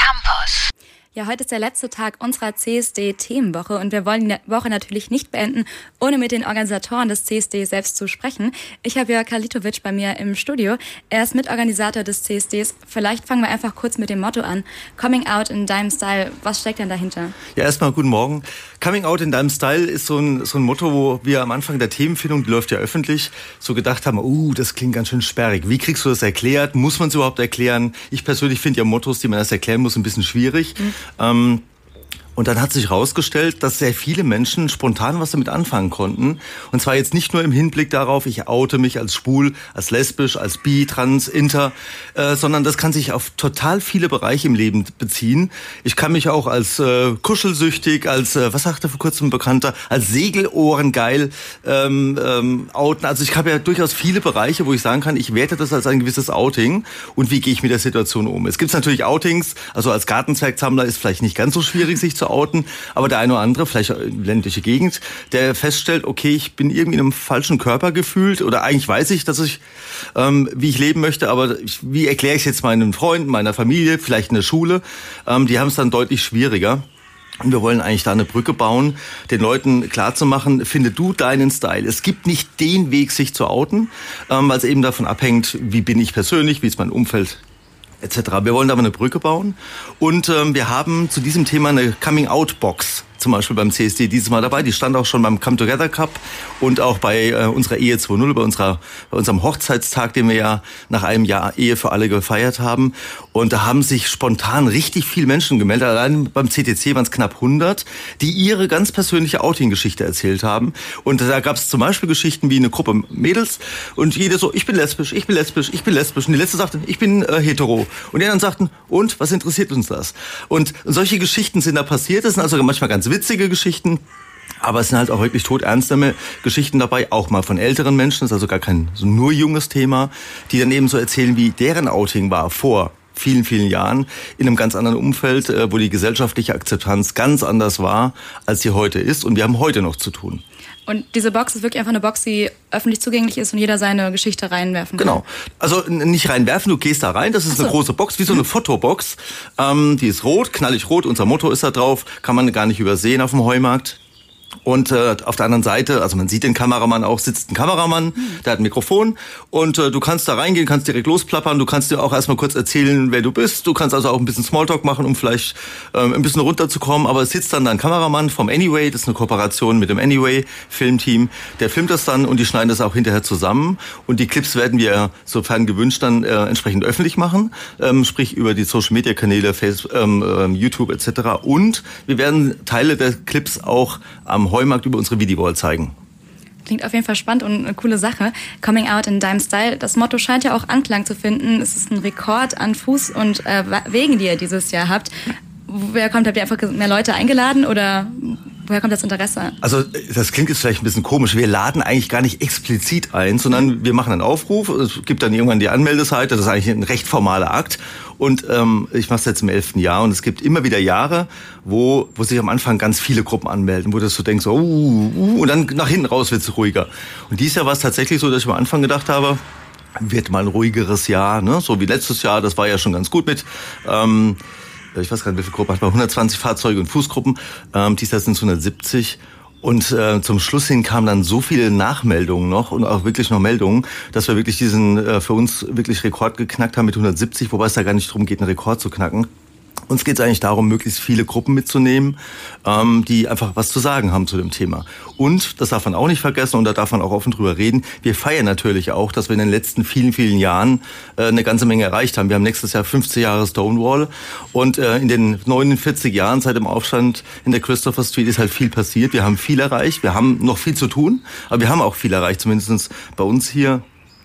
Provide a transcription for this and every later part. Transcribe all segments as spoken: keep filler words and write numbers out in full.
Campus. Ja, heute ist der letzte Tag unserer C S D-Themenwoche und wir wollen die Woche natürlich nicht beenden, ohne mit den Organisatoren des C S D selbst zu sprechen. Ich habe Jörg Kalitovic bei mir im Studio. Er ist Mitorganisator des C S Ds. Vielleicht fangen wir einfach kurz mit dem Motto an. Coming out in deinem Style. Was steckt denn dahinter? Ja, erstmal guten Morgen. Coming out in deinem Style ist so ein, so ein Motto, wo wir am Anfang der Themenfindung, die läuft ja öffentlich, so gedacht haben, uh, das klingt ganz schön sperrig. Wie kriegst du das erklärt? Muss man es überhaupt erklären? Ich persönlich finde ja Mottos, die man das erklären muss, ein bisschen schwierig. Mhm. Ähm, Und dann hat sich herausgestellt, dass sehr viele Menschen spontan was damit anfangen konnten. Und zwar jetzt nicht nur im Hinblick darauf, ich oute mich als schwul, als lesbisch, als bi, trans, inter, äh, sondern das kann sich auf total viele Bereiche im Leben beziehen. Ich kann mich auch als äh, kuschelsüchtig, als, äh, was sagte vor kurzem ein Bekannter, als Segelohrengeil ähm, ähm, outen. Also ich habe ja durchaus viele Bereiche, wo ich sagen kann, ich werte das als ein gewisses Outing. Und wie gehe ich mit der Situation um? Es gibt natürlich Outings, also als Gartenzwergsammler ist vielleicht nicht ganz so schwierig, sich zu outen, aber der eine oder andere, vielleicht in ländliche Gegend, der feststellt, okay, ich bin irgendwie in einem falschen Körper gefühlt oder eigentlich weiß ich, dass ich, ähm, wie ich leben möchte, aber ich, wie erkläre ich es jetzt meinen Freunden, meiner Familie, vielleicht in der Schule, ähm, die haben es dann deutlich schwieriger. Und wir wollen eigentlich da eine Brücke bauen, den Leuten klarzumachen, finde du deinen Style. Es gibt nicht den Weg, sich zu outen, ähm, weil es eben davon abhängt, wie bin ich persönlich, wie ist mein Umfeld, et cetera. Wir wollen da aber eine Brücke bauen und ähm, wir haben zu diesem Thema eine Coming-out-Box zum Beispiel beim C S D dieses Mal dabei. Die stand auch schon beim Come Together Cup und auch bei äh, unserer Ehe zwei Punkt null, bei, unserer, bei unserem Hochzeitstag, den wir ja nach einem Jahr Ehe für alle gefeiert haben. Und da haben sich spontan richtig viele Menschen gemeldet. Allein beim C T C waren es knapp hundert, die ihre ganz persönliche Outing-Geschichte erzählt haben. Und da gab es zum Beispiel Geschichten wie eine Gruppe Mädels und jede so, ich bin lesbisch, ich bin lesbisch, ich bin lesbisch. Und die letzte sagte, ich bin äh, hetero. Und die anderen sagten, und, was interessiert uns das? Und solche Geschichten sind da passiert. Das sind also manchmal ganz witzige Geschichten, aber es sind halt auch wirklich todernste Geschichten dabei, auch mal von älteren Menschen, das ist also gar kein so nur junges Thema, die dann eben so erzählen, wie deren Outing war vor vielen, vielen Jahren in einem ganz anderen Umfeld, wo die gesellschaftliche Akzeptanz ganz anders war, als sie heute ist, und wir haben heute noch zu tun. Und diese Box ist wirklich einfach eine Box, die öffentlich zugänglich ist und jeder seine Geschichte reinwerfen kann. Genau. Also nicht reinwerfen, du gehst da rein. Das ist so. Eine große Box, wie so eine Fotobox. Ähm, die ist rot, knallig rot. Unser Motto ist da drauf. Kann man gar nicht übersehen auf dem Heumarkt. Und äh, auf der anderen Seite, also man sieht den Kameramann auch, sitzt ein Kameramann, mhm. der hat ein Mikrofon und äh, du kannst da reingehen, kannst direkt losplappern, du kannst dir auch erstmal kurz erzählen, wer du bist, du kannst also auch ein bisschen Smalltalk machen, um vielleicht äh, ein bisschen runterzukommen, aber es sitzt dann da ein Kameramann vom Anyway, das ist eine Kooperation mit dem Anyway-Filmteam, der filmt das dann und die schneiden das auch hinterher zusammen und die Clips werden wir, sofern gewünscht, dann äh, entsprechend öffentlich machen, ähm, sprich über die Social-Media-Kanäle, Facebook, ähm, YouTube et cetera. Und wir werden Teile der Clips auch am Heumarkt über unsere Videowall zeigen. Klingt auf jeden Fall spannend und eine coole Sache. Coming out in deinem Style. Das Motto scheint ja auch Anklang zu finden. Es ist ein Rekord an Fuß- und äh, Wegen, die ihr dieses Jahr habt. Woher kommt, habt ihr einfach mehr Leute eingeladen oder woher kommt das Interesse? Also das klingt jetzt vielleicht ein bisschen komisch. Wir laden eigentlich gar nicht explizit ein, sondern wir machen einen Aufruf. Es gibt dann irgendwann die Anmeldeseite. Das ist eigentlich ein recht formaler Akt. Und ähm, ich mache es jetzt im elften Jahr und es gibt immer wieder Jahre, wo wo sich am Anfang ganz viele Gruppen anmelden, wo du so denkst, oh, uh, und dann nach hinten raus wird es ruhiger. Und dieses Jahr war es tatsächlich so, dass ich am Anfang gedacht habe, wird mal ein ruhigeres Jahr, ne? So wie letztes Jahr, das war ja schon ganz gut mit... Ähm, ich weiß gar nicht, wie viele Gruppen hat man, hundertzwanzig Fahrzeuge und Fußgruppen, ähm, dieses Jahr sind es hundertsiebzig. Und äh, zum Schluss hin kamen dann so viele Nachmeldungen noch und auch wirklich noch Meldungen, dass wir wirklich diesen äh, für uns wirklich Rekord geknackt haben mit hundertsiebzig, wobei es da gar nicht darum geht, einen Rekord zu knacken. Uns geht es eigentlich darum, möglichst viele Gruppen mitzunehmen, ähm, die einfach was zu sagen haben zu dem Thema. Und, das darf man auch nicht vergessen, und da darf man auch offen drüber reden, wir feiern natürlich auch, dass wir in den letzten vielen, vielen Jahren äh, eine ganze Menge erreicht haben. Wir haben nächstes Jahr fünfzig Jahre Stonewall und äh, in den neunundvierzig Jahren seit dem Aufstand in der Christopher Street ist halt viel passiert. Wir haben viel erreicht, wir haben noch viel zu tun, aber wir haben auch viel erreicht, zumindest bei uns hier.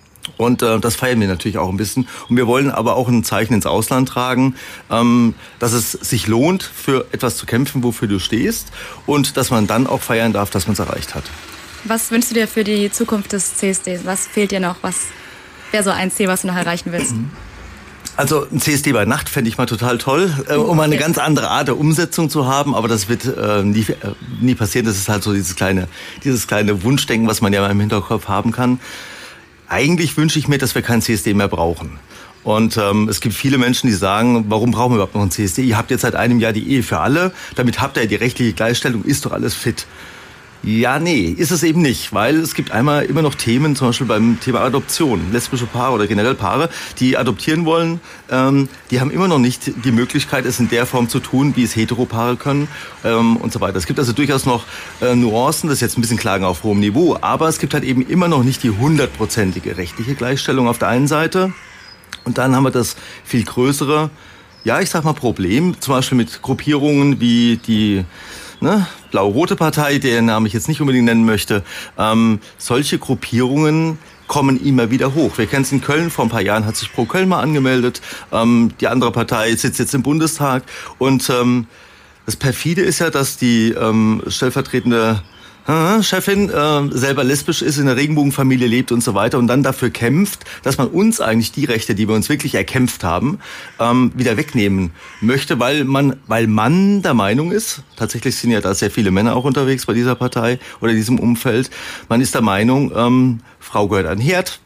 Und äh, das feiern wir natürlich auch ein bisschen. Und wir wollen aber auch ein Zeichen ins Ausland tragen, ähm, dass es sich lohnt, für etwas zu kämpfen, wofür du stehst. Und dass man dann auch feiern darf, dass man es erreicht hat. Was wünschst du dir für die Zukunft des C S Ds? Was fehlt dir noch? Was wäre so ein Ziel, was du noch erreichen willst? Also ein C S D bei Nacht fände ich mal total toll, äh, um eine ganz andere Art der Umsetzung zu haben. Aber das wird äh, nie, äh, nie passieren. Das ist halt so dieses kleine, dieses kleine Wunschdenken, was man ja im Hinterkopf haben kann. Eigentlich wünsche ich mir, dass wir kein C S D mehr brauchen. Und ähm, es gibt viele Menschen, die sagen, warum brauchen wir überhaupt noch ein C S D? Ihr habt jetzt seit einem Jahr die Ehe für alle, damit habt ihr die rechtliche Gleichstellung, ist doch alles fit. Ja, nee, ist es eben nicht, weil es gibt einmal immer noch Themen, zum Beispiel beim Thema Adoption. Lesbische Paare oder generell Paare, die adoptieren wollen, ähm, die haben immer noch nicht die Möglichkeit, es in der Form zu tun, wie es Heteropaare können ähm, und so weiter. Es gibt also durchaus noch äh, Nuancen, das ist jetzt ein bisschen Klagen auf hohem Niveau, aber es gibt halt eben immer noch nicht die hundertprozentige rechtliche Gleichstellung auf der einen Seite. Und dann haben wir das viel größere, ja, ich sag mal Problem, zum Beispiel mit Gruppierungen wie die Ne, Blau-Rote Partei, deren Namen ich jetzt nicht unbedingt nennen möchte. Ähm, solche Gruppierungen kommen immer wieder hoch. Wir kennen es in Köln, vor ein paar Jahren hat sich Pro Köln mal angemeldet. Ähm, die andere Partei sitzt jetzt im Bundestag. Und ähm, das Perfide ist ja, dass die ähm, stellvertretende Chefin äh, selber lesbisch ist, in der Regenbogenfamilie lebt und so weiter und dann dafür kämpft, dass man uns eigentlich die Rechte, die wir uns wirklich erkämpft haben, ähm, wieder wegnehmen möchte, weil man, weil man der Meinung ist, tatsächlich sind ja da sehr viele Männer auch unterwegs bei dieser Partei oder diesem Umfeld, man ist der Meinung, ähm, Frau gehört an den Herd,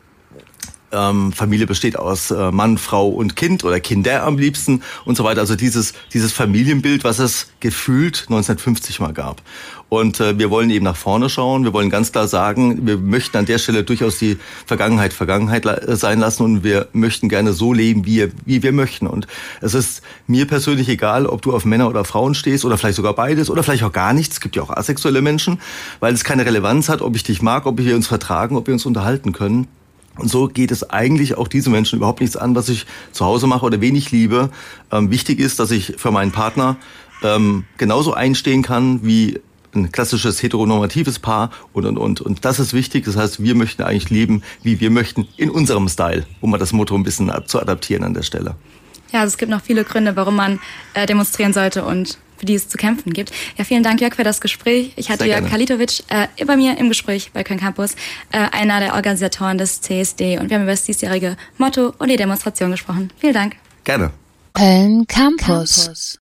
Ähm, Familie besteht aus äh, Mann, Frau und Kind oder Kinder am liebsten und so weiter. Also dieses dieses Familienbild, was es gefühlt neunzehnhundertfünfzig mal gab. Und äh, wir wollen eben nach vorne schauen. Wir wollen ganz klar sagen, wir möchten an der Stelle durchaus die Vergangenheit Vergangenheit la- sein lassen und wir möchten gerne so leben, wie, wie wir möchten. Und es ist mir persönlich egal, ob du auf Männer oder Frauen stehst oder vielleicht sogar beides oder vielleicht auch gar nichts. Es gibt ja auch asexuelle Menschen, weil es keine Relevanz hat, ob ich dich mag, ob wir uns vertragen, ob wir uns unterhalten können. Und so geht es eigentlich auch diese Menschen überhaupt nichts an, was ich zu Hause mache oder wen ich liebe. Ähm, wichtig ist, dass ich für meinen Partner ähm, genauso einstehen kann wie ein klassisches heteronormatives Paar und, und, und. Und das ist wichtig. Das heißt, wir möchten eigentlich leben, wie wir möchten, in unserem Style, um mal das Motto ein bisschen zu adaptieren an der Stelle. Ja, also es gibt noch viele Gründe, warum man äh, demonstrieren sollte und für die es zu kämpfen gibt. Ja, vielen Dank, Jörg, für das Gespräch. Ich hatte Jörg Kalitovic äh, bei mir im Gespräch bei Köln Campus, äh, einer der Organisatoren des C S D. Und wir haben über das diesjährige Motto und die Demonstration gesprochen. Vielen Dank. Gerne. Köln Campus.